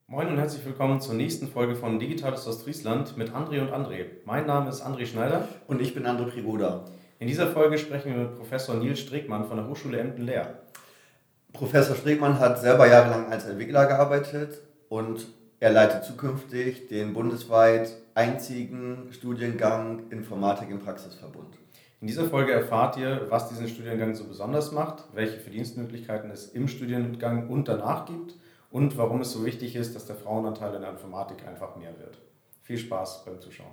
Moin und herzlich willkommen zur nächsten Folge von Digitales Ostfriesland mit André und André. Mein Name ist André Schneider. Und ich bin André Prigoda. In dieser Folge sprechen wir mit Professor Nils Stregmann von der Hochschule Emden-Leer. Professor Stregmann hat selber jahrelang als Entwickler gearbeitet und er leitet zukünftig den bundesweit einzigen Studiengang Informatik im Praxisverbund. In dieser Folge erfahrt ihr, was diesen Studiengang so besonders macht, welche Verdienstmöglichkeiten es im Studiengang und danach gibt und warum es so wichtig ist, dass der Frauenanteil in der Informatik einfach mehr wird. Viel Spaß beim Zuschauen.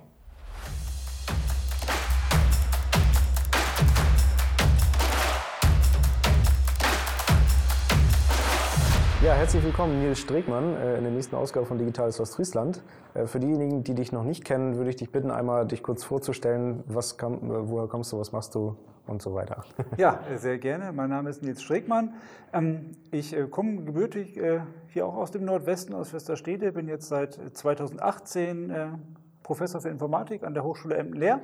Ja, herzlich willkommen, Nils Stregmann, in der nächsten Ausgabe von Digitales Ostfriesland. Für diejenigen, die dich noch nicht kennen, würde ich dich bitten, einmal dich kurz vorzustellen. Woher kommst du, was machst du und so weiter. Ja, sehr gerne. Mein Name ist Nils Stregmann. Ich komme gebürtig hier auch aus dem Nordwesten, aus Westerstede. Bin jetzt seit 2018 Professor für Informatik an der Hochschule Emden-Leer.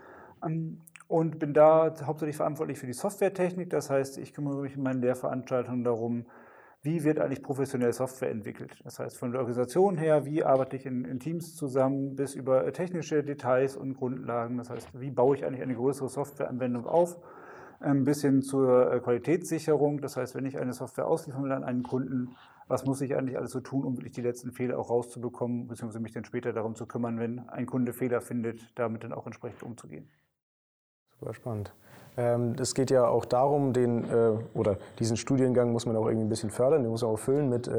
Und bin da hauptsächlich verantwortlich für die Softwaretechnik. Das heißt, ich kümmere mich in meinen Lehrveranstaltungen darum, wie wird eigentlich professionell Software entwickelt? Das heißt, von der Organisation her, wie arbeite ich in Teams zusammen, bis über technische Details und Grundlagen. Das heißt, wie baue ich eigentlich eine größere Softwareanwendung auf, bis hin zur Qualitätssicherung. Das heißt, wenn ich eine Software ausliefern will an einen Kunden, was muss ich eigentlich alles so tun, um wirklich die letzten Fehler auch rauszubekommen, beziehungsweise mich dann später darum zu kümmern, wenn ein Kunde Fehler findet, damit dann auch entsprechend umzugehen. Super spannend. Es geht ja auch darum, diesen Studiengang muss man auch irgendwie ein bisschen fördern, den muss man auch füllen mit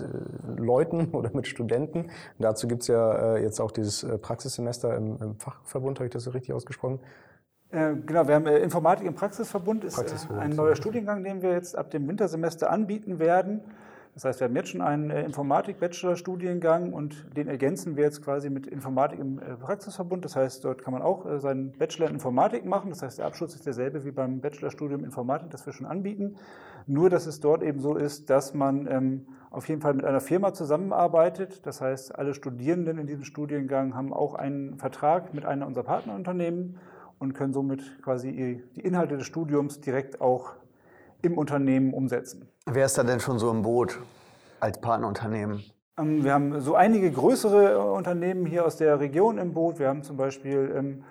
Leuten oder mit Studenten. Und dazu gibt es ja jetzt auch dieses Praxissemester im Fachverbund, habe ich das so richtig ausgesprochen? Genau, wir haben Informatik im Praxisverbund, ist ein neuer Studiengang, den wir jetzt ab dem Wintersemester anbieten werden. Das heißt, wir haben jetzt schon einen Informatik-Bachelor-Studiengang und den ergänzen wir jetzt quasi mit Informatik im Praxisverbund. Das heißt, dort kann man auch seinen Bachelor in Informatik machen. Das heißt, der Abschluss ist derselbe wie beim Bachelorstudium Informatik, das wir schon anbieten. Nur, dass es dort eben so ist, dass man auf jeden Fall mit einer Firma zusammenarbeitet. Das heißt, alle Studierenden in diesem Studiengang haben auch einen Vertrag mit einem unserer Partnerunternehmen und können somit quasi die Inhalte des Studiums direkt auch im Unternehmen umsetzen. Wer ist da denn schon so im Boot als Partnerunternehmen? Wir haben so einige größere Unternehmen hier aus der Region im Boot. Wir haben zum Beispiel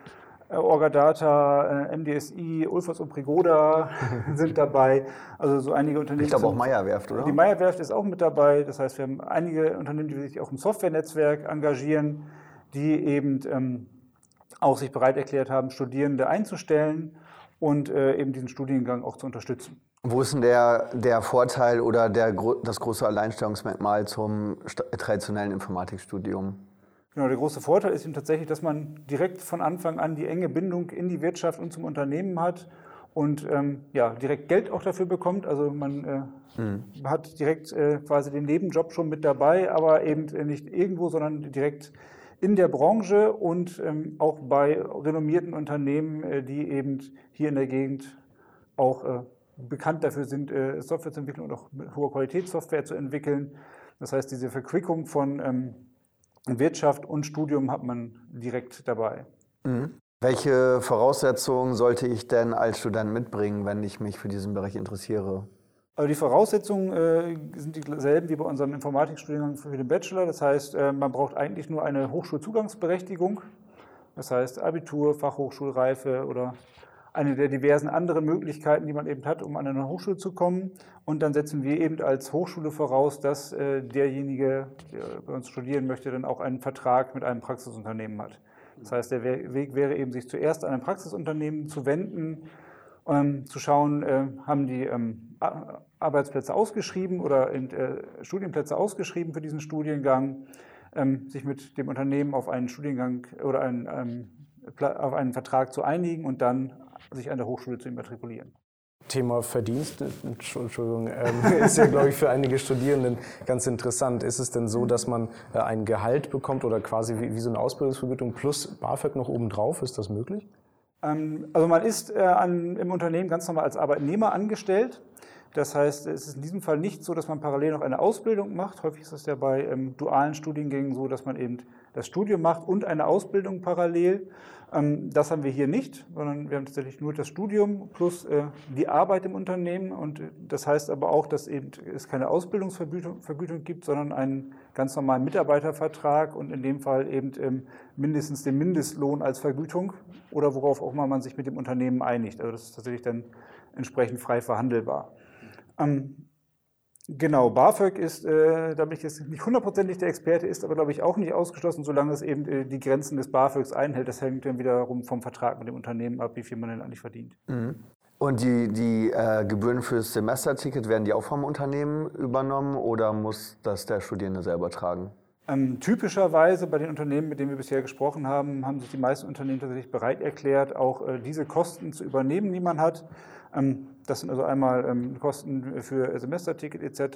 Orgadata, MDSI, Ulfers und Prigoda sind dabei. Also so einige Unternehmen. Ich glaube auch Meyer-Werft, oder? Die Meyer-Werft ist auch mit dabei. Das heißt, wir haben einige Unternehmen, die sich auch im Softwarenetzwerk engagieren, die eben auch sich bereit erklärt haben, Studierende einzustellen und eben diesen Studiengang auch zu unterstützen. Wo ist denn der Vorteil oder das große Alleinstellungsmerkmal zum traditionellen Informatikstudium? Genau, der große Vorteil ist eben tatsächlich, dass man direkt von Anfang an die enge Bindung in die Wirtschaft und zum Unternehmen hat und direkt Geld auch dafür bekommt. Also man hat direkt quasi den Nebenjob schon mit dabei, aber eben nicht irgendwo, sondern direkt in der Branche und auch bei renommierten Unternehmen, die eben hier in der Gegend auch bekannt dafür sind, Software zu entwickeln und auch mit hoher Qualitätssoftware zu entwickeln. Das heißt, diese Verquickung von Wirtschaft und Studium hat man direkt dabei. Mhm. Welche Voraussetzungen sollte ich denn als Student mitbringen, wenn ich mich für diesen Bereich interessiere? Also die Voraussetzungen sind dieselben wie bei unserem Informatikstudiengang für den Bachelor. Das heißt, man braucht eigentlich nur eine Hochschulzugangsberechtigung. Das heißt Abitur, Fachhochschulreife oder eine der diversen anderen Möglichkeiten, die man eben hat, um an eine Hochschule zu kommen. Und dann setzen wir eben als Hochschule voraus, dass derjenige, der bei uns studieren möchte, dann auch einen Vertrag mit einem Praxisunternehmen hat. Das heißt, der Weg wäre eben, sich zuerst an ein Praxisunternehmen zu wenden, zu schauen, haben die Arbeitsplätze ausgeschrieben oder Studienplätze ausgeschrieben für diesen Studiengang, sich mit dem Unternehmen auf einen Studiengang oder auf einen Vertrag zu einigen und dann sich an der Hochschule zu immatrikulieren. Thema Verdienst, Entschuldigung, ist ja, glaube ich, für einige Studierenden ganz interessant. Ist es denn so, dass man ein Gehalt bekommt oder quasi wie so eine Ausbildungsvergütung plus BAföG noch obendrauf? Ist das möglich? Also man ist im Unternehmen ganz normal als Arbeitnehmer angestellt. Das heißt, es ist in diesem Fall nicht so, dass man parallel noch eine Ausbildung macht. Häufig ist es ja bei dualen Studiengängen so, dass man eben das Studium macht und eine Ausbildung parallel. Das haben wir hier nicht, sondern wir haben tatsächlich nur das Studium plus die Arbeit im Unternehmen. Und das heißt aber auch, dass eben es keine Ausbildungsvergütung gibt, sondern einen ganz normalen Mitarbeitervertrag und in dem Fall eben mindestens den Mindestlohn als Vergütung oder worauf auch immer man sich mit dem Unternehmen einigt. Also das ist tatsächlich dann entsprechend frei verhandelbar. Genau, BAföG ist, da bin ich jetzt nicht hundertprozentig der Experte, ist aber, glaube ich, auch nicht ausgeschlossen, solange es eben die Grenzen des BAföGs einhält. Das hängt dann wiederum vom Vertrag mit dem Unternehmen ab, wie viel man denn eigentlich verdient. Mhm. Und die Gebühren fürs Semesterticket, werden die auch vom Unternehmen übernommen oder muss das der Studierende selber tragen? Typischerweise bei den Unternehmen, mit denen wir bisher gesprochen haben, haben sich die meisten Unternehmen tatsächlich bereit erklärt, auch diese Kosten zu übernehmen, die man hat. Das sind also einmal Kosten für Semesterticket etc.,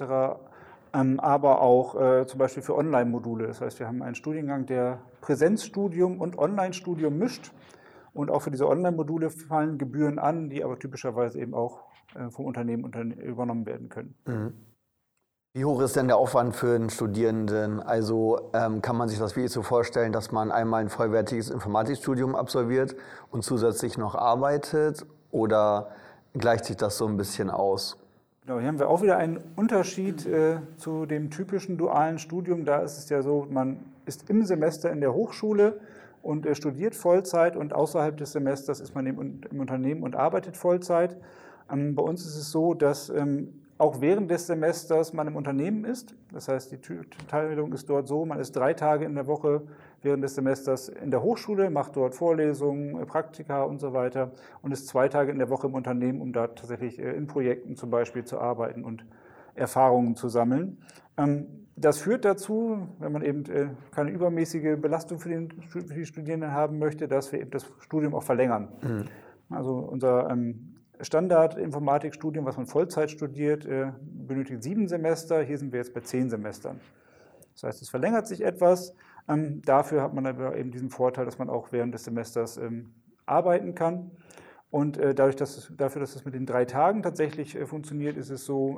aber auch zum Beispiel für Online-Module. Das heißt, wir haben einen Studiengang, der Präsenzstudium und Online-Studium mischt. Und auch für diese Online-Module fallen Gebühren an, die aber typischerweise eben auch vom Unternehmen übernommen werden können. Mhm. Wie hoch ist denn der Aufwand für einen Studierenden? Also kann man sich das wirklich so vorstellen, dass man einmal ein vollwertiges Informatikstudium absolviert und zusätzlich noch arbeitet? Oder gleicht sich das so ein bisschen aus? Genau, hier haben wir auch wieder einen Unterschied zu dem typischen dualen Studium. Da ist es ja so, man ist im Semester in der Hochschule und studiert Vollzeit und außerhalb des Semesters ist man im Unternehmen und arbeitet Vollzeit. Bei uns ist es so, dass auch während des Semesters man im Unternehmen ist. Das heißt, die Teilung ist dort so, man ist 3 Tage in der Woche während des Semesters in der Hochschule, macht dort Vorlesungen, Praktika und so weiter und ist 2 Tage in der Woche im Unternehmen, um da tatsächlich in Projekten zum Beispiel zu arbeiten und Erfahrungen zu sammeln. Das führt dazu, wenn man eben keine übermäßige Belastung für die Studierenden haben möchte, dass wir eben das Studium auch verlängern. Mhm. Also unser Standard-Informatikstudium, was man Vollzeit studiert, benötigt 7 Semester. Hier sind wir jetzt bei 10 Semestern. Das heißt, es verlängert sich etwas. Dafür hat man aber eben diesen Vorteil, dass man auch während des Semesters arbeiten kann. Und dafür, dass es mit den 3 Tagen tatsächlich funktioniert, ist es so,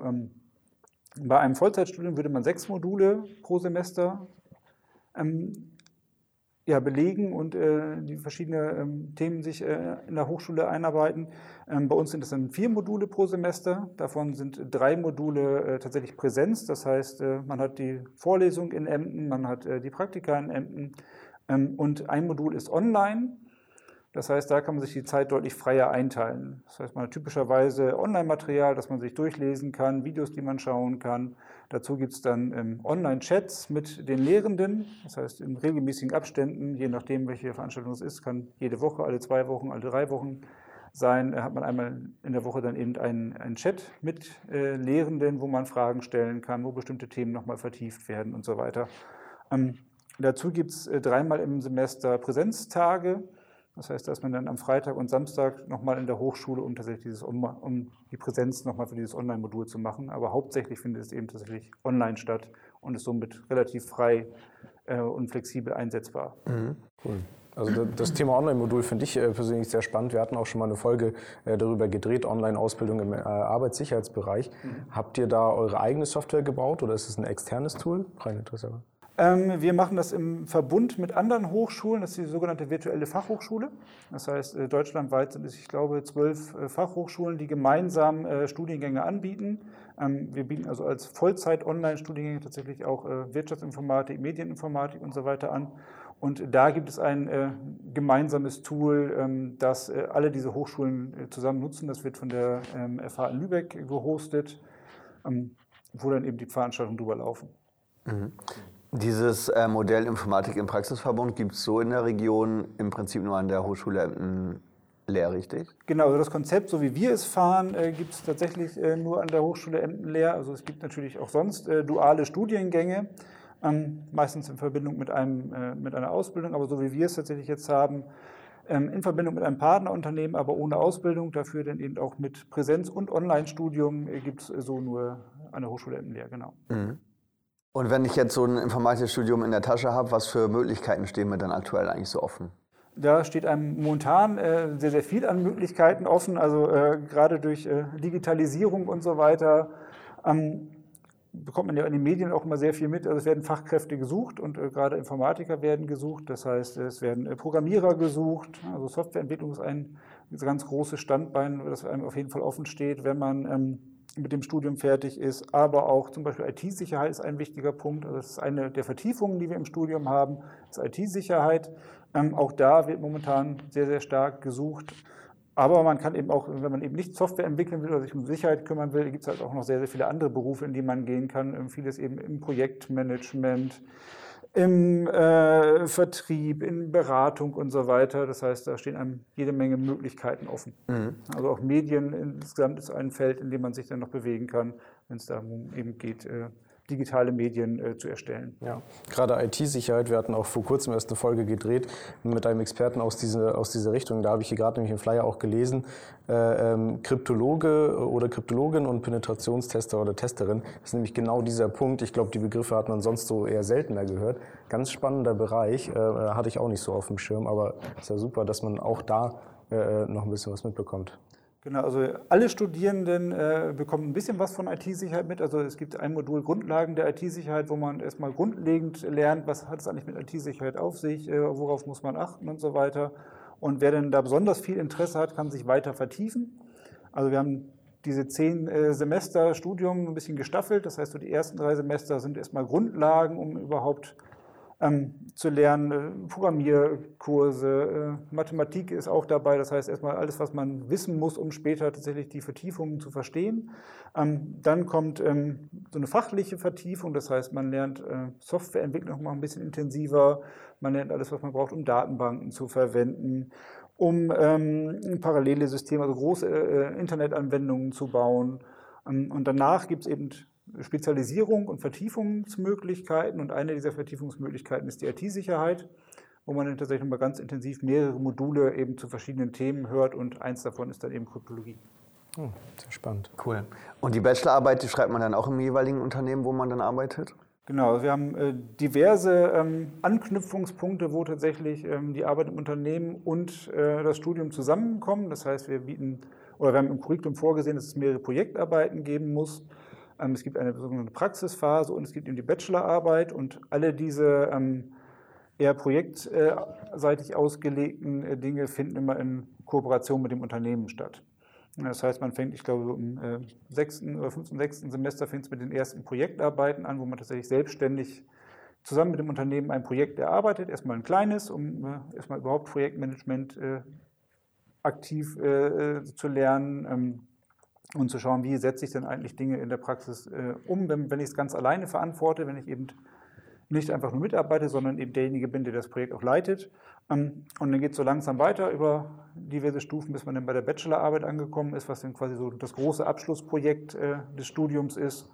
bei einem Vollzeitstudium würde man 6 Module pro Semester belegen und die verschiedenen Themen sich in der Hochschule einarbeiten. Bei uns sind es dann 4 Module pro Semester. Davon sind 3 Module tatsächlich Präsenz. Das heißt, man hat die Vorlesung in Emden, man hat die Praktika in Emden und ein Modul ist online. Das heißt, da kann man sich die Zeit deutlich freier einteilen. Das heißt, man hat typischerweise Online-Material, das man sich durchlesen kann, Videos, die man schauen kann. Dazu gibt es dann Online-Chats mit den Lehrenden. Das heißt, in regelmäßigen Abständen, je nachdem, welche Veranstaltung es ist, kann jede Woche, alle 2 Wochen, alle 3 Wochen sein, hat man einmal in der Woche dann eben einen Chat mit Lehrenden, wo man Fragen stellen kann, wo bestimmte Themen nochmal vertieft werden und so weiter. Dazu gibt es 3-mal im Semester Präsenztage. Das heißt, dass man dann am Freitag und Samstag nochmal in der Hochschule, um tatsächlich um die Präsenz nochmal für dieses Online-Modul zu machen. Aber hauptsächlich findet es eben tatsächlich online statt und ist somit relativ frei und flexibel einsetzbar. Mhm. Cool. Also das Thema Online-Modul finde ich persönlich sehr spannend. Wir hatten auch schon mal eine Folge darüber gedreht, Online-Ausbildung im Arbeitssicherheitsbereich. Habt ihr da eure eigene Software gebaut oder ist es ein externes Tool? Rein Interesse. Wir machen das im Verbund mit anderen Hochschulen, das ist die sogenannte virtuelle Fachhochschule. Das heißt, deutschlandweit sind es, ich glaube, 12 Fachhochschulen, die gemeinsam Studiengänge anbieten. Wir bieten also als Vollzeit-Online-Studiengänge tatsächlich auch Wirtschaftsinformatik, Medieninformatik und so weiter an. Und da gibt es ein gemeinsames Tool, das alle diese Hochschulen zusammen nutzen. Das wird von der FH in Lübeck gehostet, wo dann eben die Veranstaltungen drüber laufen. Mhm. Dieses Modell Informatik im Praxisverbund gibt es so in der Region im Prinzip nur an der Hochschule Emden-Lehr, richtig? Genau, also das Konzept, so wie wir es fahren, gibt es tatsächlich nur an der Hochschule Emden-Lehr. Also es gibt natürlich auch sonst duale Studiengänge, meistens in Verbindung mit einer Ausbildung, aber so wie wir es tatsächlich jetzt haben, in Verbindung mit einem Partnerunternehmen, aber ohne Ausbildung, dafür dann eben auch mit Präsenz- und Online-Studium gibt es so nur an der Hochschule Emden-Lehr, genau. Mhm. Und wenn ich jetzt so ein Informatikstudium in der Tasche habe, was für Möglichkeiten stehen mir dann aktuell eigentlich so offen? Da steht einem momentan sehr, sehr viel an Möglichkeiten offen, also gerade durch Digitalisierung und so weiter bekommt man ja in den Medien auch immer sehr viel mit. Also es werden Fachkräfte gesucht und gerade Informatiker werden gesucht. Das heißt, es werden Programmierer gesucht. Also Softwareentwicklung ist ein ganz großes Standbein, das einem auf jeden Fall offen steht, wenn man mit dem Studium fertig ist. Aber auch zum Beispiel IT-Sicherheit ist ein wichtiger Punkt. Also das ist eine der Vertiefungen, die wir im Studium haben, ist IT-Sicherheit. Auch da wird momentan sehr, sehr stark gesucht. Aber man kann eben auch, wenn man eben nicht Software entwickeln will oder sich um Sicherheit kümmern will, gibt es halt auch noch sehr, sehr viele andere Berufe, in die man gehen kann. Vieles eben im Projektmanagement, im Vertrieb, in Beratung und so weiter. Das heißt, da stehen einem jede Menge Möglichkeiten offen. Also auch Medien insgesamt ist ein Feld, in dem man sich dann noch bewegen kann, wenn es darum eben geht, digitale Medien zu erstellen. Ja, gerade IT-Sicherheit, wir hatten auch vor kurzem erst eine Folge gedreht mit einem Experten aus dieser Richtung, da habe ich hier gerade nämlich im Flyer auch gelesen, Kryptologe oder Kryptologin und Penetrationstester oder Testerin, das ist nämlich genau dieser Punkt, ich glaube, die Begriffe hat man sonst so eher seltener gehört, ganz spannender Bereich, hatte ich auch nicht so auf dem Schirm, aber ist ja super, dass man auch da noch ein bisschen was mitbekommt. Genau, also alle Studierenden bekommen ein bisschen was von IT-Sicherheit mit. Also es gibt ein Modul Grundlagen der IT-Sicherheit, wo man erstmal grundlegend lernt, was hat es eigentlich mit IT-Sicherheit auf sich, worauf muss man achten und so weiter. Und wer denn da besonders viel Interesse hat, kann sich weiter vertiefen. Also wir haben diese 10 Semester Studium ein bisschen gestaffelt. Das heißt, so die ersten 3 Semester sind erstmal Grundlagen, um überhaupt zu lernen, Programmierkurse, Mathematik ist auch dabei, das heißt erstmal alles, was man wissen muss, um später tatsächlich die Vertiefungen zu verstehen. Dann kommt so eine fachliche Vertiefung, das heißt man lernt Softwareentwicklung noch mal ein bisschen intensiver, man lernt alles, was man braucht, um Datenbanken zu verwenden, um parallele Systeme, also große Internetanwendungen zu bauen. Und danach gibt es eben Spezialisierung und Vertiefungsmöglichkeiten und eine dieser Vertiefungsmöglichkeiten ist die IT-Sicherheit, wo man dann tatsächlich nochmal ganz intensiv mehrere Module eben zu verschiedenen Themen hört und eins davon ist dann eben Kryptologie. Oh, sehr spannend. Cool. Und die Bachelorarbeit, die schreibt man dann auch im jeweiligen Unternehmen, wo man dann arbeitet? Genau, wir haben diverse Anknüpfungspunkte, wo tatsächlich die Arbeit im Unternehmen und das Studium zusammenkommen. Das heißt, wir haben im Curriculum vorgesehen, dass es mehrere Projektarbeiten geben muss. Es gibt eine sogenannte Praxisphase und es gibt eben die Bachelorarbeit und alle diese eher projektseitig ausgelegten Dinge finden immer in Kooperation mit dem Unternehmen statt. Das heißt, man fängt, ich glaube, im 6. oder 5. und 6. Semester fängt es mit den ersten Projektarbeiten an, wo man tatsächlich selbstständig zusammen mit dem Unternehmen ein Projekt erarbeitet, erstmal ein kleines, um erstmal überhaupt Projektmanagement aktiv zu lernen. Und zu schauen, wie setze ich denn eigentlich Dinge in der Praxis um, wenn ich es ganz alleine verantworte, wenn ich eben nicht einfach nur mitarbeite, sondern eben derjenige bin, der das Projekt auch leitet. Und dann geht es so langsam weiter über diverse Stufen, bis man dann bei der Bachelorarbeit angekommen ist, was dann quasi so das große Abschlussprojekt des Studiums ist,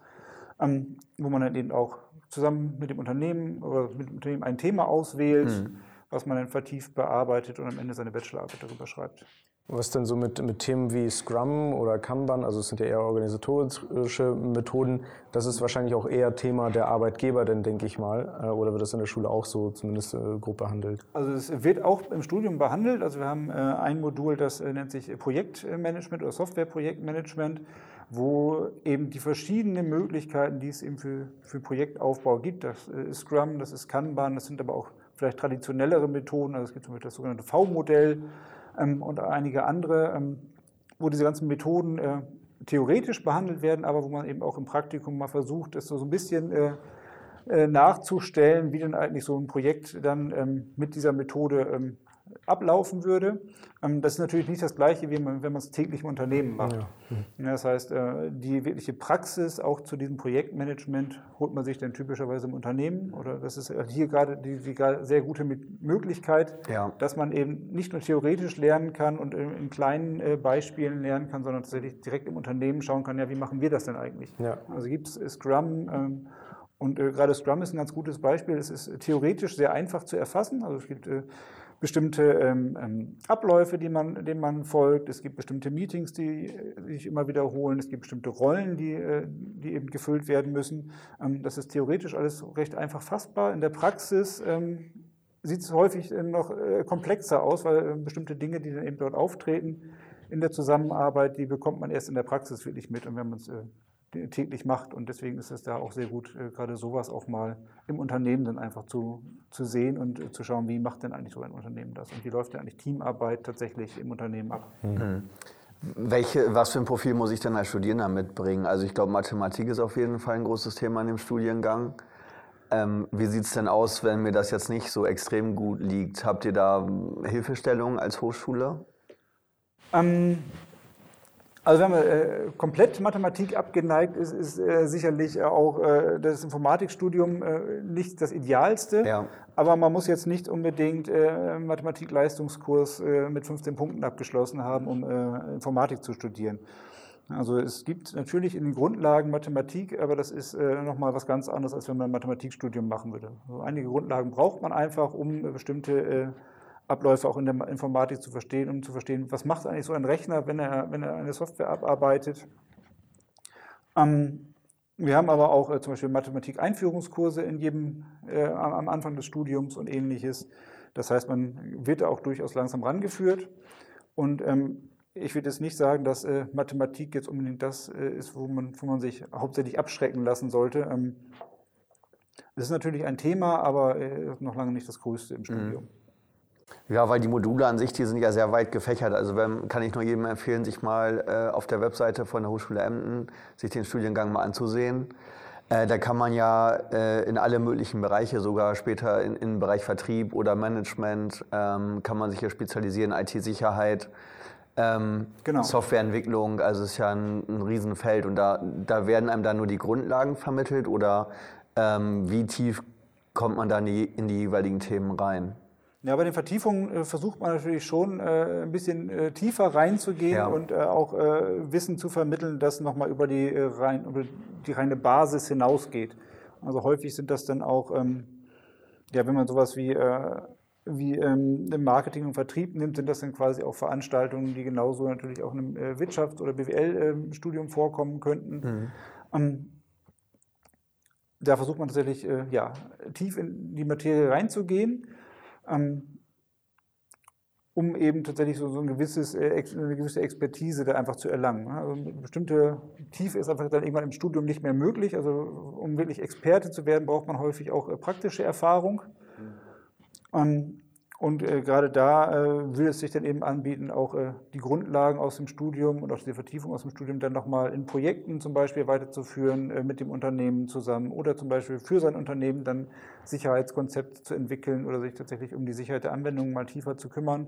wo man dann eben auch zusammen mit dem Unternehmen ein Thema auswählt, was man dann vertieft bearbeitet und am Ende seine Bachelorarbeit darüber schreibt. Was denn so mit Themen wie Scrum oder Kanban, also es sind ja eher organisatorische Methoden, das ist wahrscheinlich auch eher Thema der Arbeitgeber, denn denke ich mal, oder wird das in der Schule auch so zumindest grob behandelt? Also es wird auch im Studium behandelt, also wir haben ein Modul, das nennt sich Projektmanagement oder Softwareprojektmanagement, wo eben die verschiedenen Möglichkeiten, die es eben für Projektaufbau gibt, das ist Scrum, das ist Kanban, das sind aber auch vielleicht traditionellere Methoden, also es gibt zum Beispiel das sogenannte V-Modell, und einige andere, wo diese ganzen Methoden theoretisch behandelt werden, aber wo man eben auch im Praktikum mal versucht, es so ein bisschen nachzustellen, wie denn eigentlich so ein Projekt dann mit dieser Methode ablaufen würde. Das ist natürlich nicht das Gleiche, wie wenn man es täglich im Unternehmen macht. Ja. Das heißt, die wirkliche Praxis auch zu diesem Projektmanagement holt man sich dann typischerweise im Unternehmen. Oder das ist hier gerade die sehr gute Möglichkeit, dass man eben nicht nur theoretisch lernen kann und in kleinen Beispielen lernen kann, sondern tatsächlich direkt im Unternehmen schauen kann, ja, wie machen wir das denn eigentlich? Ja. Also gibt es Scrum und gerade Scrum ist ein ganz gutes Beispiel. Es ist theoretisch sehr einfach zu erfassen. Also es gibt bestimmte Abläufe, denen man folgt. Es gibt bestimmte Meetings, die sich immer wiederholen. Es gibt bestimmte Rollen, die eben gefüllt werden müssen. Das ist theoretisch alles recht einfach fassbar. In der Praxis sieht es häufig noch komplexer aus, weil bestimmte Dinge, die dann eben dort auftreten in der Zusammenarbeit, die bekommt man erst in der Praxis wirklich mit und wenn man es täglich macht. Und deswegen ist es da auch sehr gut, gerade sowas auch mal im Unternehmen dann einfach zu sehen und zu schauen, wie macht denn eigentlich so ein Unternehmen das und wie läuft denn eigentlich Teamarbeit tatsächlich im Unternehmen ab. Mhm. Was für ein Profil muss ich denn als Studierender mitbringen? Also ich glaube, Mathematik ist auf jeden Fall ein großes Thema in dem Studiengang. Wie sieht es denn aus, wenn mir das jetzt nicht so extrem gut liegt? Habt ihr da Hilfestellungen als Hochschule? Also wenn man komplett Mathematik abgeneigt ist, ist sicherlich auch das Informatikstudium nicht das Idealste. Ja. Aber man muss jetzt nicht unbedingt Mathematik-Leistungskurs mit 15 Punkten abgeschlossen haben, um Informatik zu studieren. Also es gibt natürlich in den Grundlagen Mathematik, aber das ist nochmal was ganz anderes, als wenn man ein Mathematikstudium machen würde. Also einige Grundlagen braucht man einfach, um bestimmte Abläufe auch in der Informatik zu verstehen, um zu verstehen, was macht eigentlich so ein Rechner, wenn er eine Software abarbeitet. Wir haben aber auch zum Beispiel Mathematik-Einführungskurse am Anfang des Studiums und Ähnliches. Das heißt, man wird da auch durchaus langsam rangeführt. Und ich würde jetzt nicht sagen, dass Mathematik jetzt unbedingt das ist, wo man sich hauptsächlich abschrecken lassen sollte. Das ist natürlich ein Thema, aber noch lange nicht das Größte im Studium. Ja, weil die Module an sich, die sind ja sehr weit gefächert. Also kann ich nur jedem empfehlen, sich mal auf der Webseite von der Hochschule Emden sich den Studiengang mal anzusehen. Da kann man ja in alle möglichen Bereiche, sogar später in den Bereich Vertrieb oder Management, kann man sich ja spezialisieren, IT-Sicherheit, genau. Softwareentwicklung, also es ist ja ein Riesenfeld und da werden einem dann nur die Grundlagen vermittelt oder wie tief kommt man dann in die jeweiligen Themen rein? Ja, bei den Vertiefungen versucht man natürlich schon ein bisschen tiefer reinzugehen und auch Wissen zu vermitteln, das nochmal über die reine Basis hinausgeht. Also häufig sind das dann auch, wenn man sowas wie im Marketing und Vertrieb nimmt, sind das dann quasi auch Veranstaltungen, die genauso natürlich auch in einem Wirtschafts- oder BWL-Studium vorkommen könnten. Da versucht man tatsächlich tief in die Materie reinzugehen, um eben tatsächlich so eine gewisse Expertise da einfach zu erlangen. Also eine bestimmte Tiefe ist einfach dann irgendwann im Studium nicht mehr möglich. Also um wirklich Experte zu werden, braucht man häufig auch praktische Erfahrung. Und gerade da will es sich dann eben anbieten, auch die Grundlagen aus dem Studium und auch die Vertiefung aus dem Studium dann nochmal in Projekten zum Beispiel weiterzuführen mit dem Unternehmen zusammen oder zum Beispiel für sein Unternehmen dann Sicherheitskonzepte zu entwickeln oder sich tatsächlich um die Sicherheit der Anwendungen mal tiefer zu kümmern.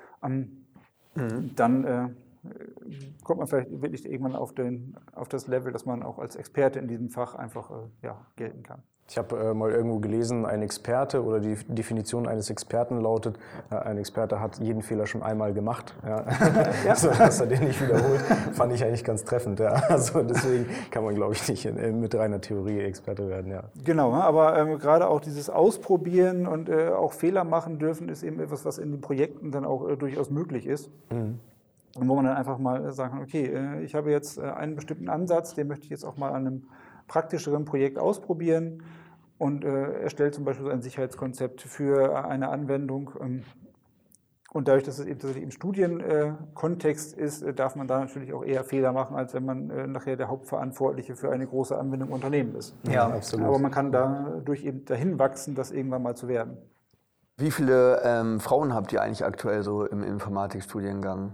Dann kommt man vielleicht wirklich irgendwann auf das Level, dass man auch als Experte in diesem Fach einfach gelten kann. Ich habe mal irgendwo gelesen, ein Experte oder die Definition eines Experten lautet, ein Experte hat jeden Fehler schon einmal gemacht. Ja. Also, dass er den nicht wiederholt, fand ich eigentlich ganz treffend. Ja. Also deswegen kann man, glaube ich, nicht mit reiner Theorie Experte werden. Ja. Genau, aber gerade auch dieses Ausprobieren und auch Fehler machen dürfen, ist eben etwas, was in den Projekten dann auch durchaus möglich ist. Und wo man dann einfach mal sagen kann, okay, ich habe jetzt einen bestimmten Ansatz, den möchte ich jetzt auch mal an einem praktischeren Projekt ausprobieren und erstellt zum Beispiel so ein Sicherheitskonzept für eine Anwendung. Und dadurch, dass es eben tatsächlich im Studienkontext ist, darf man da natürlich auch eher Fehler machen, als wenn man nachher der Hauptverantwortliche für eine große Anwendung im Unternehmen ist. Ja, absolut. Aber man kann dadurch eben dahin wachsen, das irgendwann mal zu werden. Wie viele Frauen habt ihr eigentlich aktuell so im Informatikstudiengang?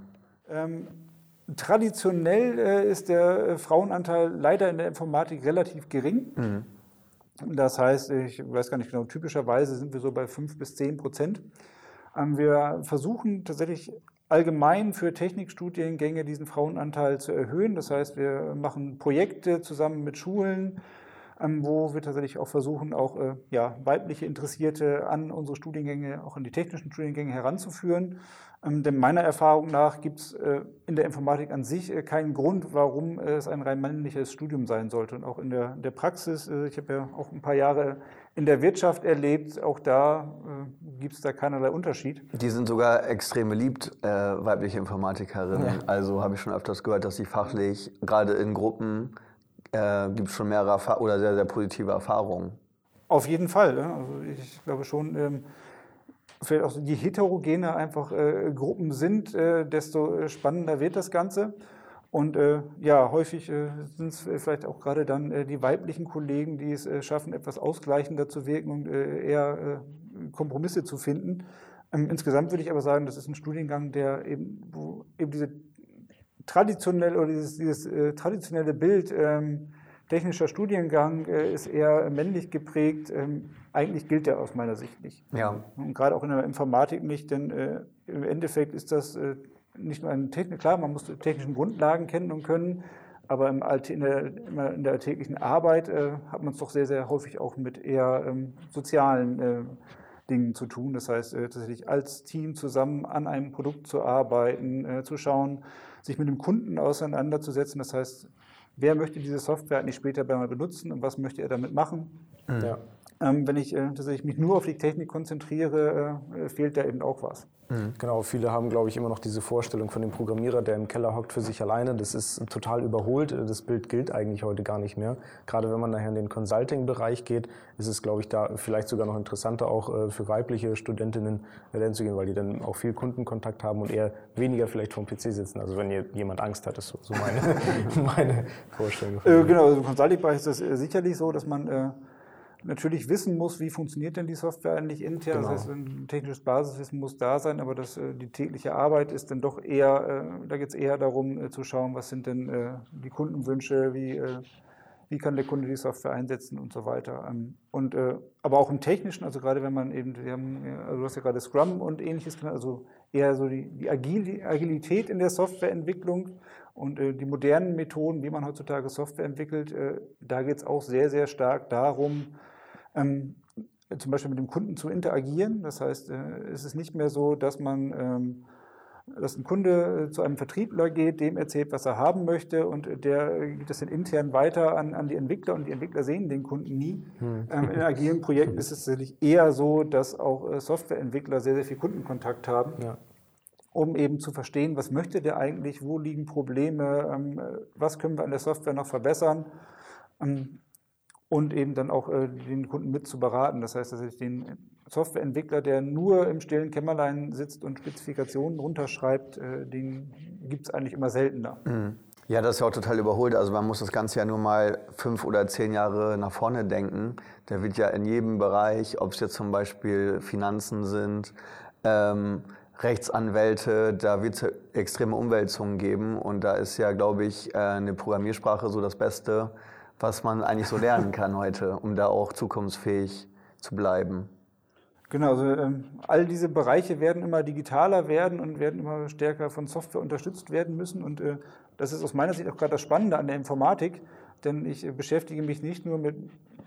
Traditionell ist der Frauenanteil leider in der Informatik relativ gering. Das heißt, ich weiß gar nicht genau, typischerweise sind wir so bei 5-10%. Wir versuchen tatsächlich allgemein für Technikstudiengänge diesen Frauenanteil zu erhöhen. Das heißt, wir machen Projekte zusammen mit Schulen, wo wir tatsächlich auch versuchen, auch weibliche Interessierte an unsere Studiengänge, auch an die technischen Studiengänge heranzuführen. Denn meiner Erfahrung nach gibt es in der Informatik an sich keinen Grund, warum es ein rein männliches Studium sein sollte. Und auch in der Praxis, ich habe ja auch ein paar Jahre in der Wirtschaft erlebt, auch da gibt es da keinerlei Unterschied. Die sind sogar extrem beliebt, weibliche Informatikerinnen. Ja. Also habe ich schon öfters gehört, dass sie fachlich, gerade in Gruppen, gibt es schon mehrere oder sehr, sehr positive Erfahrungen. Auf jeden Fall. Also ich glaube schon, vielleicht auch je heterogener einfach Gruppen sind, desto spannender wird das Ganze. Und häufig sind es vielleicht auch gerade dann die weiblichen Kollegen, die es schaffen, etwas ausgleichender zu wirken und eher Kompromisse zu finden. Insgesamt würde ich aber sagen, das ist ein Studiengang, wo diese traditionelle oder dieses traditionelle Bild technischer Studiengang ist eher männlich geprägt. Eigentlich gilt der aus meiner Sicht nicht. Ja. Und gerade auch in der Informatik nicht, denn im Endeffekt ist das nicht nur eine Technik, klar, man muss die technischen Grundlagen kennen und können, aber in der alltäglichen Arbeit hat man es doch sehr, sehr häufig auch mit eher sozialen Dingen zu tun. Das heißt, tatsächlich als Team zusammen an einem Produkt zu arbeiten, zu schauen, sich mit dem Kunden auseinanderzusetzen. Das heißt, wer möchte diese Software eigentlich später mal benutzen und was möchte er damit machen? Ja. Wenn ich tatsächlich mich nur auf die Technik konzentriere, fehlt da eben auch was. Genau, viele haben, glaube ich, immer noch diese Vorstellung von dem Programmierer, der im Keller hockt für sich alleine. Das ist total überholt. Das Bild gilt eigentlich heute gar nicht mehr. Gerade wenn man nachher in den Consulting-Bereich geht, ist es, glaube ich, da vielleicht sogar noch interessanter, auch für weibliche Studentinnen lernen zu gehen, weil die dann auch viel Kundenkontakt haben und eher weniger vielleicht vom PC sitzen. Also wenn jemand Angst hat, ist so meine Vorstellung. Genau, also im Consulting-Bereich ist das sicherlich so, dass man natürlich wissen muss, wie funktioniert denn die Software eigentlich intern. Genau. Das heißt, ein technisches Basiswissen muss da sein, aber die tägliche Arbeit ist dann doch eher, da geht es eher darum zu schauen, was sind denn die Kundenwünsche, wie kann der Kunde die Software einsetzen und so weiter. Aber auch im Technischen, also gerade wenn man eben, also du hast ja gerade Scrum und Ähnliches genannt, also eher so die Agilität in der Softwareentwicklung und die modernen Methoden, wie man heutzutage Software entwickelt, da geht es auch sehr, sehr stark darum, zum Beispiel mit dem Kunden zu interagieren. Das heißt, es ist nicht mehr so, dass ein Kunde zu einem Vertriebler geht, dem erzählt, was er haben möchte und der gibt das dann intern weiter an die Entwickler und die Entwickler sehen den Kunden nie. In agilen Projekten ist es tatsächlich eher so, dass auch Softwareentwickler sehr, sehr viel Kundenkontakt haben. Ja. Um eben zu verstehen, was möchte der eigentlich, wo liegen Probleme, was können wir an der Software noch verbessern und eben dann auch den Kunden mit zu beraten. Das heißt, dass ich den Softwareentwickler, der nur im stillen Kämmerlein sitzt und Spezifikationen runterschreibt, den gibt es eigentlich immer seltener. Ja, das ist ja auch total überholt. Also man muss das Ganze ja nur mal 5 oder 10 Jahre nach vorne denken. Da wird ja in jedem Bereich, ob es jetzt zum Beispiel Finanzen sind, Rechtsanwälte, da wird es extreme Umwälzungen geben und da ist ja, glaube ich, eine Programmiersprache so das Beste, was man eigentlich so lernen kann heute, um da auch zukunftsfähig zu bleiben. Genau, also all diese Bereiche werden immer digitaler werden und werden immer stärker von Software unterstützt werden müssen und das ist aus meiner Sicht auch gerade das Spannende an der Informatik, denn ich beschäftige mich nicht nur mit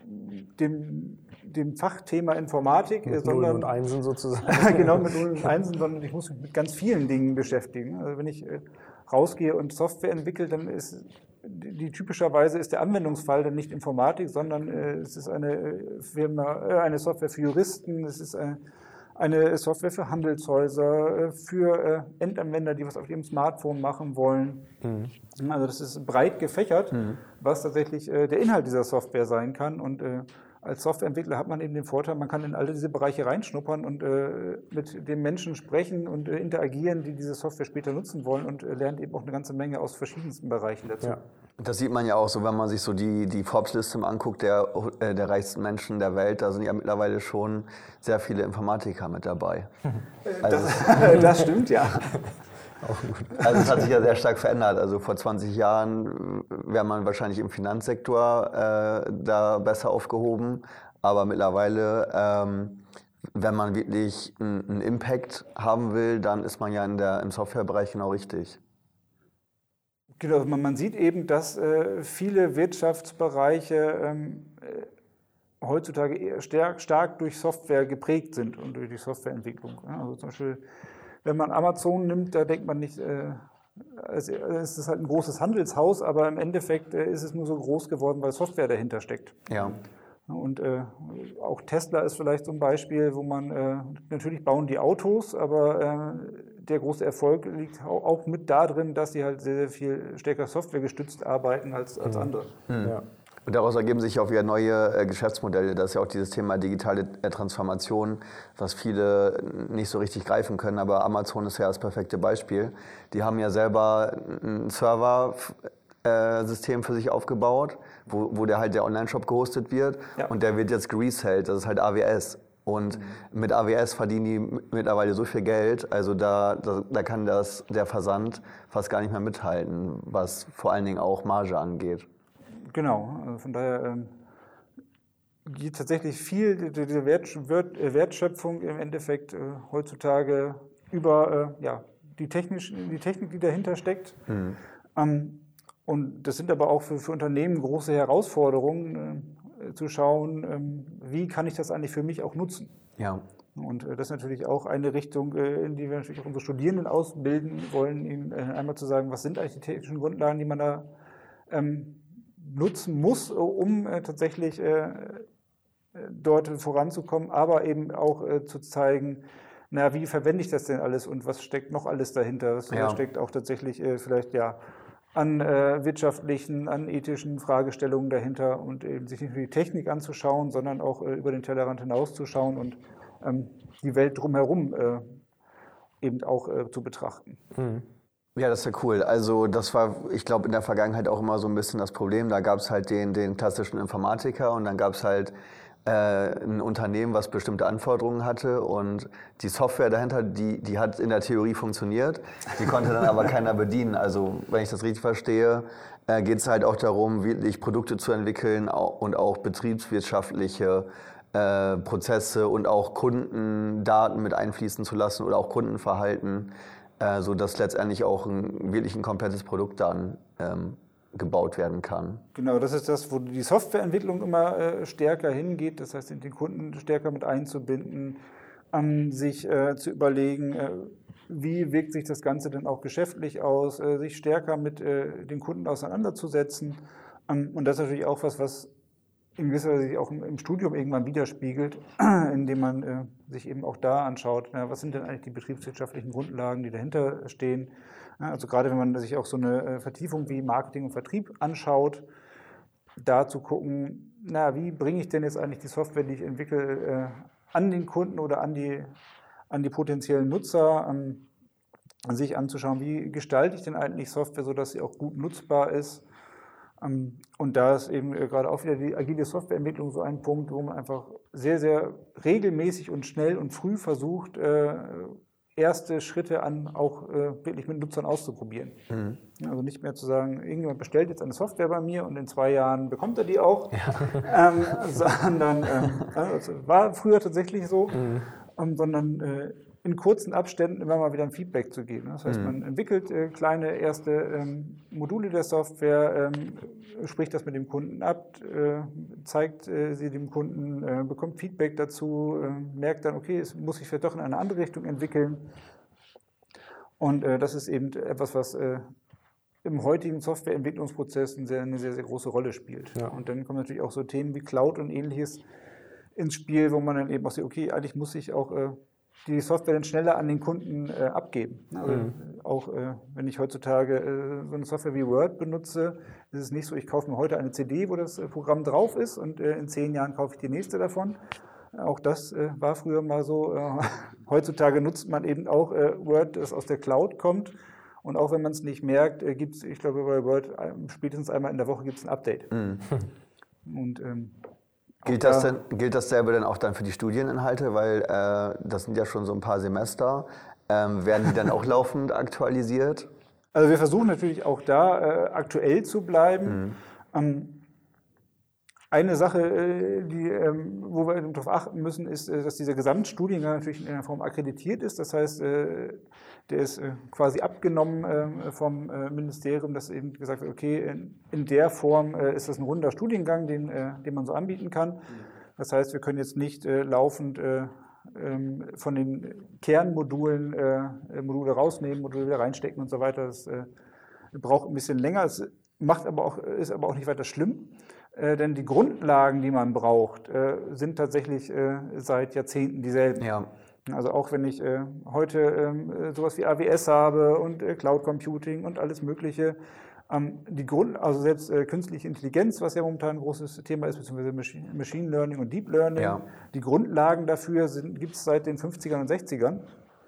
dem Fachthema Informatik, mit sondern Nullen und Einsen sozusagen. Genau, mit Nullen und Einsen, sondern ich muss mich mit ganz vielen Dingen beschäftigen. Also wenn ich rausgehe und Software entwickle, dann ist typischerweise ist der Anwendungsfall dann nicht Informatik, sondern es ist eine Software für Juristen, es ist eine Software für Handelshäuser, für Endanwender, die was auf ihrem Smartphone machen wollen. Also das ist breit gefächert, was tatsächlich der Inhalt dieser Software sein kann. Und als Softwareentwickler hat man eben den Vorteil, man kann in alle diese Bereiche reinschnuppern und mit den Menschen sprechen und interagieren, die diese Software später nutzen wollen und lernt eben auch eine ganze Menge aus verschiedensten Bereichen dazu. Ja. Das sieht man ja auch so, wenn man sich so die Forbes-Liste anguckt, der reichsten Menschen der Welt, da sind ja mittlerweile schon sehr viele Informatiker mit dabei. Also das stimmt, ja. Also es hat sich ja sehr stark verändert. Also vor 20 Jahren wäre man wahrscheinlich im Finanzsektor da besser aufgehoben. Aber mittlerweile, wenn man wirklich einen Impact haben will, dann ist man ja im Softwarebereich genau richtig. Genau, man sieht eben, dass viele Wirtschaftsbereiche heutzutage eher stark durch Software geprägt sind und durch die Softwareentwicklung. Also zum Beispiel, wenn man Amazon nimmt, da denkt man nicht, es ist halt ein großes Handelshaus, aber im Endeffekt ist es nur so groß geworden, weil Software dahinter steckt. Ja. Und auch Tesla ist vielleicht so ein Beispiel, wo man, natürlich bauen die Autos, aber der große Erfolg liegt auch mit darin, dass sie halt sehr, sehr viel stärker softwaregestützt arbeiten als andere. Ja. Und daraus ergeben sich auch wieder neue Geschäftsmodelle. Das ist ja auch dieses Thema digitale Transformation, was viele nicht so richtig greifen können. Aber Amazon ist ja das perfekte Beispiel. Die haben ja selber ein Server-System für sich aufgebaut, wo der Online-Shop gehostet wird. Ja. Und der wird jetzt geresellt. Das ist halt AWS. Und mit AWS verdienen die mittlerweile so viel Geld, also da kann der Versand fast gar nicht mehr mithalten, was vor allen Dingen auch Marge angeht. Genau, also von daher geht tatsächlich viel diese Wertschöpfung im Endeffekt heutzutage über die Technik, die dahinter steckt. Und das sind aber auch für Unternehmen große Herausforderungen, zu schauen, wie kann ich das eigentlich für mich auch nutzen. Ja. Und das ist natürlich auch eine Richtung, in die wir natürlich auch unsere Studierenden ausbilden wollen, ihnen einmal zu sagen, was sind eigentlich die technischen Grundlagen, die man da nutzen muss, um tatsächlich dort voranzukommen, aber eben auch zu zeigen, wie verwende ich das denn alles und was steckt noch alles dahinter? Was steckt auch tatsächlich vielleicht an wirtschaftlichen, an ethischen Fragestellungen dahinter und eben sich nicht nur die Technik anzuschauen, sondern auch über den Tellerrand hinauszuschauen und die Welt drumherum eben auch zu betrachten. Ja, das ist ja cool. Also das war, ich glaube, in der Vergangenheit auch immer so ein bisschen das Problem. Da gab es halt den klassischen Informatiker und dann gab es halt ein Unternehmen, was bestimmte Anforderungen hatte und die Software dahinter, die hat in der Theorie funktioniert, die konnte dann aber keiner bedienen. Also wenn ich das richtig verstehe, geht es halt auch darum, wirklich Produkte zu entwickeln und auch betriebswirtschaftliche Prozesse und auch Kundendaten mit einfließen zu lassen oder auch Kundenverhalten, sodass letztendlich auch wirklich ein komplettes Produkt dann gebaut werden kann. Genau, das ist das, wo die Softwareentwicklung immer stärker hingeht, das heißt, den Kunden stärker mit einzubinden, sich zu überlegen, wie wirkt sich das Ganze denn auch geschäftlich aus, sich stärker mit den Kunden auseinanderzusetzen. Und das ist natürlich auch was in gewisser Weise sich auch im Studium irgendwann widerspiegelt, indem man sich eben auch da anschaut, was sind denn eigentlich die betriebswirtschaftlichen Grundlagen, die dahinter stehen. Also gerade wenn man sich auch so eine Vertiefung wie Marketing und Vertrieb anschaut, da zu gucken, wie bringe ich denn jetzt eigentlich die Software, die ich entwickle, an den Kunden oder an die potenziellen Nutzer, sich anzuschauen, wie gestalte ich denn eigentlich Software, sodass sie auch gut nutzbar ist. Und da ist eben gerade auch wieder die agile Softwareentwicklung so ein Punkt, wo man einfach sehr, sehr regelmäßig und schnell und früh versucht, erste Schritte auch wirklich mit Nutzern auszuprobieren. Also nicht mehr zu sagen, irgendjemand bestellt jetzt eine Software bei mir und in 2 Jahren bekommt er die auch, sondern das war früher tatsächlich so, sondern in kurzen Abständen immer mal wieder ein Feedback zu geben. Das heißt, man entwickelt kleine erste Module der Software, spricht das mit dem Kunden ab, zeigt sie dem Kunden, bekommt Feedback dazu, merkt dann, okay, es muss sich vielleicht doch in eine andere Richtung entwickeln. Und das ist eben etwas, was im heutigen Softwareentwicklungsprozess eine sehr, sehr große Rolle spielt. Ja. Und dann kommen natürlich auch so Themen wie Cloud und Ähnliches ins Spiel, wo man dann eben auch sieht, okay, eigentlich muss ich auch die Software dann schneller an den Kunden abgeben. Also auch wenn ich heutzutage so eine Software wie Word benutze, ist es nicht so, ich kaufe mir heute eine CD, wo das Programm drauf ist und in 10 Jahren kaufe ich die nächste davon. Auch das war früher mal so. Heutzutage nutzt man eben auch Word, das aus der Cloud kommt. Und auch wenn man es nicht merkt, gibt es, ich glaube, bei Word spätestens einmal in der Woche gibt es ein Update. Und Gilt dasselbe dann auch dann für die Studieninhalte, weil das sind ja schon so ein paar Semester. Werden die dann auch laufend aktualisiert? Also wir versuchen natürlich auch da aktuell zu bleiben. Eine Sache, wo wir darauf achten müssen, ist, dass dieser Gesamtstudiengang natürlich in einer Form akkreditiert ist. Das heißt, der ist quasi abgenommen vom Ministerium, dass eben gesagt wird, okay, in der Form ist das ein runder Studiengang, den man so anbieten kann. Das heißt, wir können jetzt nicht laufend von den Kernmodulen Module rausnehmen, Module wieder reinstecken und so weiter. Das braucht ein bisschen länger. Es ist aber auch nicht weiter schlimm. Denn die Grundlagen, die man braucht, sind tatsächlich seit Jahrzehnten dieselben. Ja. Also auch wenn ich heute sowas wie AWS habe und Cloud Computing und alles Mögliche, Also selbst künstliche Intelligenz, was ja momentan ein großes Thema ist, beziehungsweise Machine Learning und Deep Learning, die Grundlagen dafür gibt es seit den 50ern und 60ern.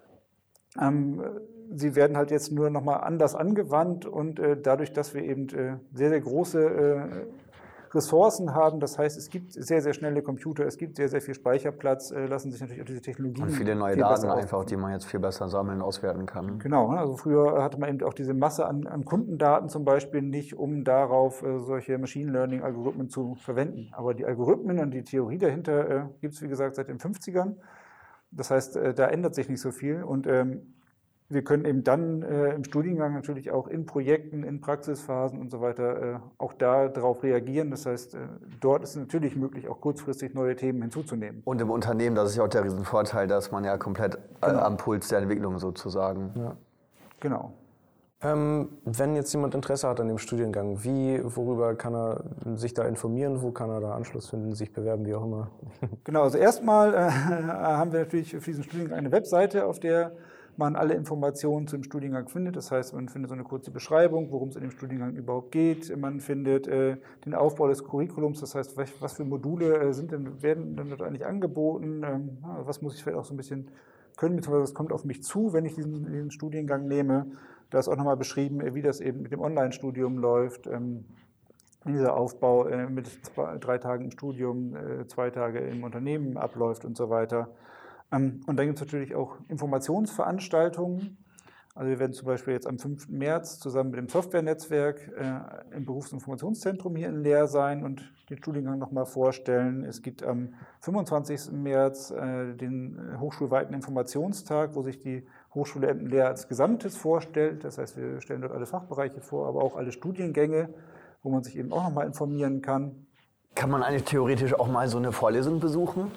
Sie werden halt jetzt nur nochmal anders angewandt und dadurch, dass wir eben sehr, sehr große Ressourcen haben, das heißt, es gibt sehr, sehr schnelle Computer, es gibt sehr, sehr viel Speicherplatz, lassen sich natürlich auch diese Technologien und viele neue Daten einfach, die man jetzt viel besser sammeln und auswerten kann. Genau, also früher hatte man eben auch diese Masse an Kundendaten zum Beispiel nicht, um darauf solche Machine Learning Algorithmen zu verwenden. Aber die Algorithmen und die Theorie dahinter gibt es, wie gesagt, seit den 50ern. Das heißt, da ändert sich nicht so viel und wir können eben dann im Studiengang natürlich auch in Projekten, in Praxisphasen und so weiter auch darauf reagieren. Das heißt, dort ist es natürlich möglich, auch kurzfristig neue Themen hinzuzunehmen. Und im Unternehmen, das ist ja auch der Riesenvorteil, dass man ja komplett am Puls der Entwicklung sozusagen. Ja. Genau. Wenn jetzt jemand Interesse hat an dem Studiengang, worüber kann er sich da informieren, wo kann er da Anschluss finden, sich bewerben, wie auch immer? Genau, also erstmal haben wir natürlich für diesen Studiengang eine Webseite, auf der man alle Informationen zum Studiengang findet. Das heißt, man findet so eine kurze Beschreibung, worum es in dem Studiengang überhaupt geht. Man findet den Aufbau des Curriculums, das heißt, was für Module werden dann dort eigentlich angeboten, was muss ich vielleicht auch so ein bisschen können, beziehungsweise was kommt auf mich zu, wenn ich diesen Studiengang nehme. Da ist auch nochmal beschrieben, wie das eben mit dem Online-Studium läuft. Dieser Aufbau mit 3 Tagen im Studium, 2 Tage im Unternehmen abläuft und so weiter. Und dann gibt es natürlich auch Informationsveranstaltungen. Also wir werden zum Beispiel jetzt am 5. März zusammen mit dem Softwarenetzwerk im Berufsinformationszentrum hier in Leer sein und den Studiengang nochmal vorstellen. Es gibt am 25. März den hochschulweiten Informationstag, wo sich die Hochschule Emden-Leer als Gesamtes vorstellt. Das heißt, wir stellen dort alle Fachbereiche vor, aber auch alle Studiengänge, wo man sich eben auch nochmal informieren kann. Kann man eigentlich theoretisch auch mal so eine Vorlesung besuchen?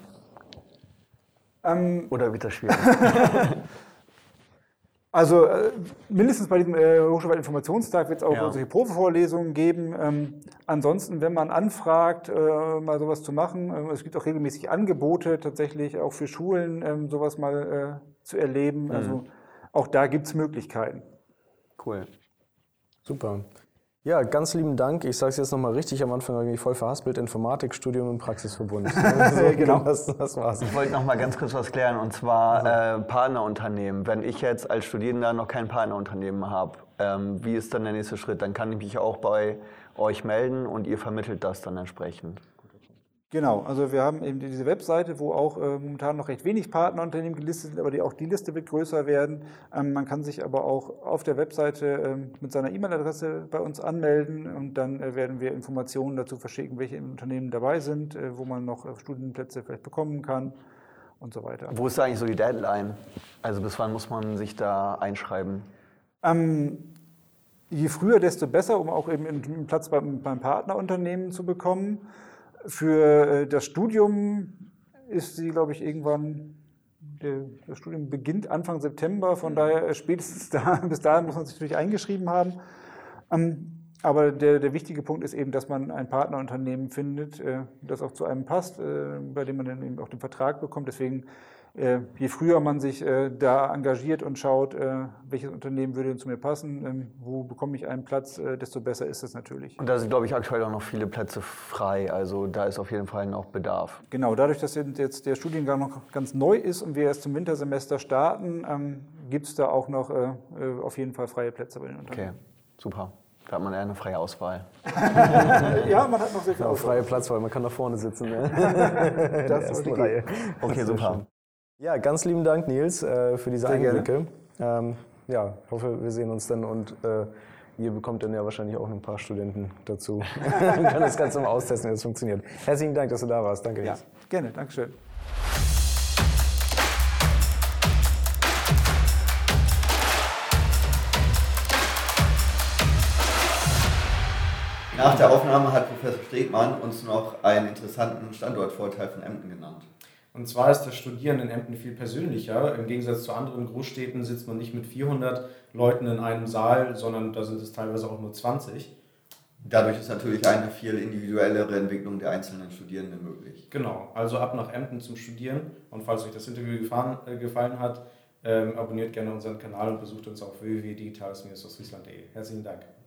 Oder wird das schwierig? Also mindestens bei diesem Hochschulweiten Informationstag wird es auch solche Probevorlesungen geben. Ansonsten, wenn man anfragt, mal sowas zu machen, es gibt auch regelmäßig Angebote tatsächlich auch für Schulen, sowas mal zu erleben. Also auch da gibt es Möglichkeiten. Cool. Super. Ja, ganz lieben Dank. Ich sage es jetzt nochmal richtig am Anfang, irgendwie voll verhaspelt, Informatikstudium im Praxisverbund. Genau. Das war's. Ich wollte noch mal ganz kurz was klären, und zwar Partnerunternehmen. Wenn ich jetzt als Studierender noch kein Partnerunternehmen habe, wie ist dann der nächste Schritt? Dann kann ich mich auch bei euch melden und ihr vermittelt das dann entsprechend. Genau, also wir haben eben diese Webseite, wo auch momentan noch recht wenig Partnerunternehmen gelistet sind, aber auch die Liste wird größer werden. Man kann sich aber auch auf der Webseite mit seiner E-Mail-Adresse bei uns anmelden und dann werden wir Informationen dazu verschicken, welche Unternehmen dabei sind, wo man noch Studienplätze vielleicht bekommen kann und so weiter. Wo ist da eigentlich so die Deadline? Also bis wann muss man sich da einschreiben? Je früher, desto besser, um auch eben einen Platz beim Partnerunternehmen zu bekommen. Für das Studium ist sie, glaube ich, irgendwann, das Studium beginnt Anfang September, von daher spätestens bis dahin muss man sich natürlich eingeschrieben haben. Aber der wichtige Punkt ist eben, dass man ein Partnerunternehmen findet, das auch zu einem passt, bei dem man dann eben auch den Vertrag bekommt. Deswegen, je früher man sich da engagiert und schaut, welches Unternehmen würde denn zu mir passen, wo bekomme ich einen Platz, desto besser ist es natürlich. Und da sind, glaube ich, aktuell auch noch viele Plätze frei. Also da ist auf jeden Fall noch Bedarf. Genau, dadurch, dass jetzt der Studiengang noch ganz neu ist und wir erst zum Wintersemester starten, gibt es da auch noch auf jeden Fall freie Plätze bei den Unternehmen. Okay, super. Da hat man eher eine freie Auswahl. Ja, man hat noch sehr viel Auswahl. Freie Platzwahl, man kann da vorne sitzen. Ne? Das ist Reihe. Okay, super. Ja, ganz lieben Dank, Nils, für diese Einblicke. Ja, ich hoffe, wir sehen uns dann und ihr bekommt dann ja wahrscheinlich auch ein paar Studenten dazu. Man kann das Ganze mal austesten, wie das funktioniert. Herzlichen Dank, dass du da warst. Danke, Nils. Ja, gerne, Dankeschön. Nach der Aufnahme hat Professor Stegmann uns noch einen interessanten Standortvorteil von Emden genannt. Und zwar ist das Studieren in Emden viel persönlicher. Im Gegensatz zu anderen Großstädten sitzt man nicht mit 400 Leuten in einem Saal, sondern da sind es teilweise auch nur 20. Dadurch ist natürlich eine viel individuellere Entwicklung der einzelnen Studierenden möglich. Genau, also ab nach Emden zum Studieren. Und falls euch das Interview gefallen hat, abonniert gerne unseren Kanal und besucht uns auf www.digitales-ostfriesland.de. Herzlichen Dank.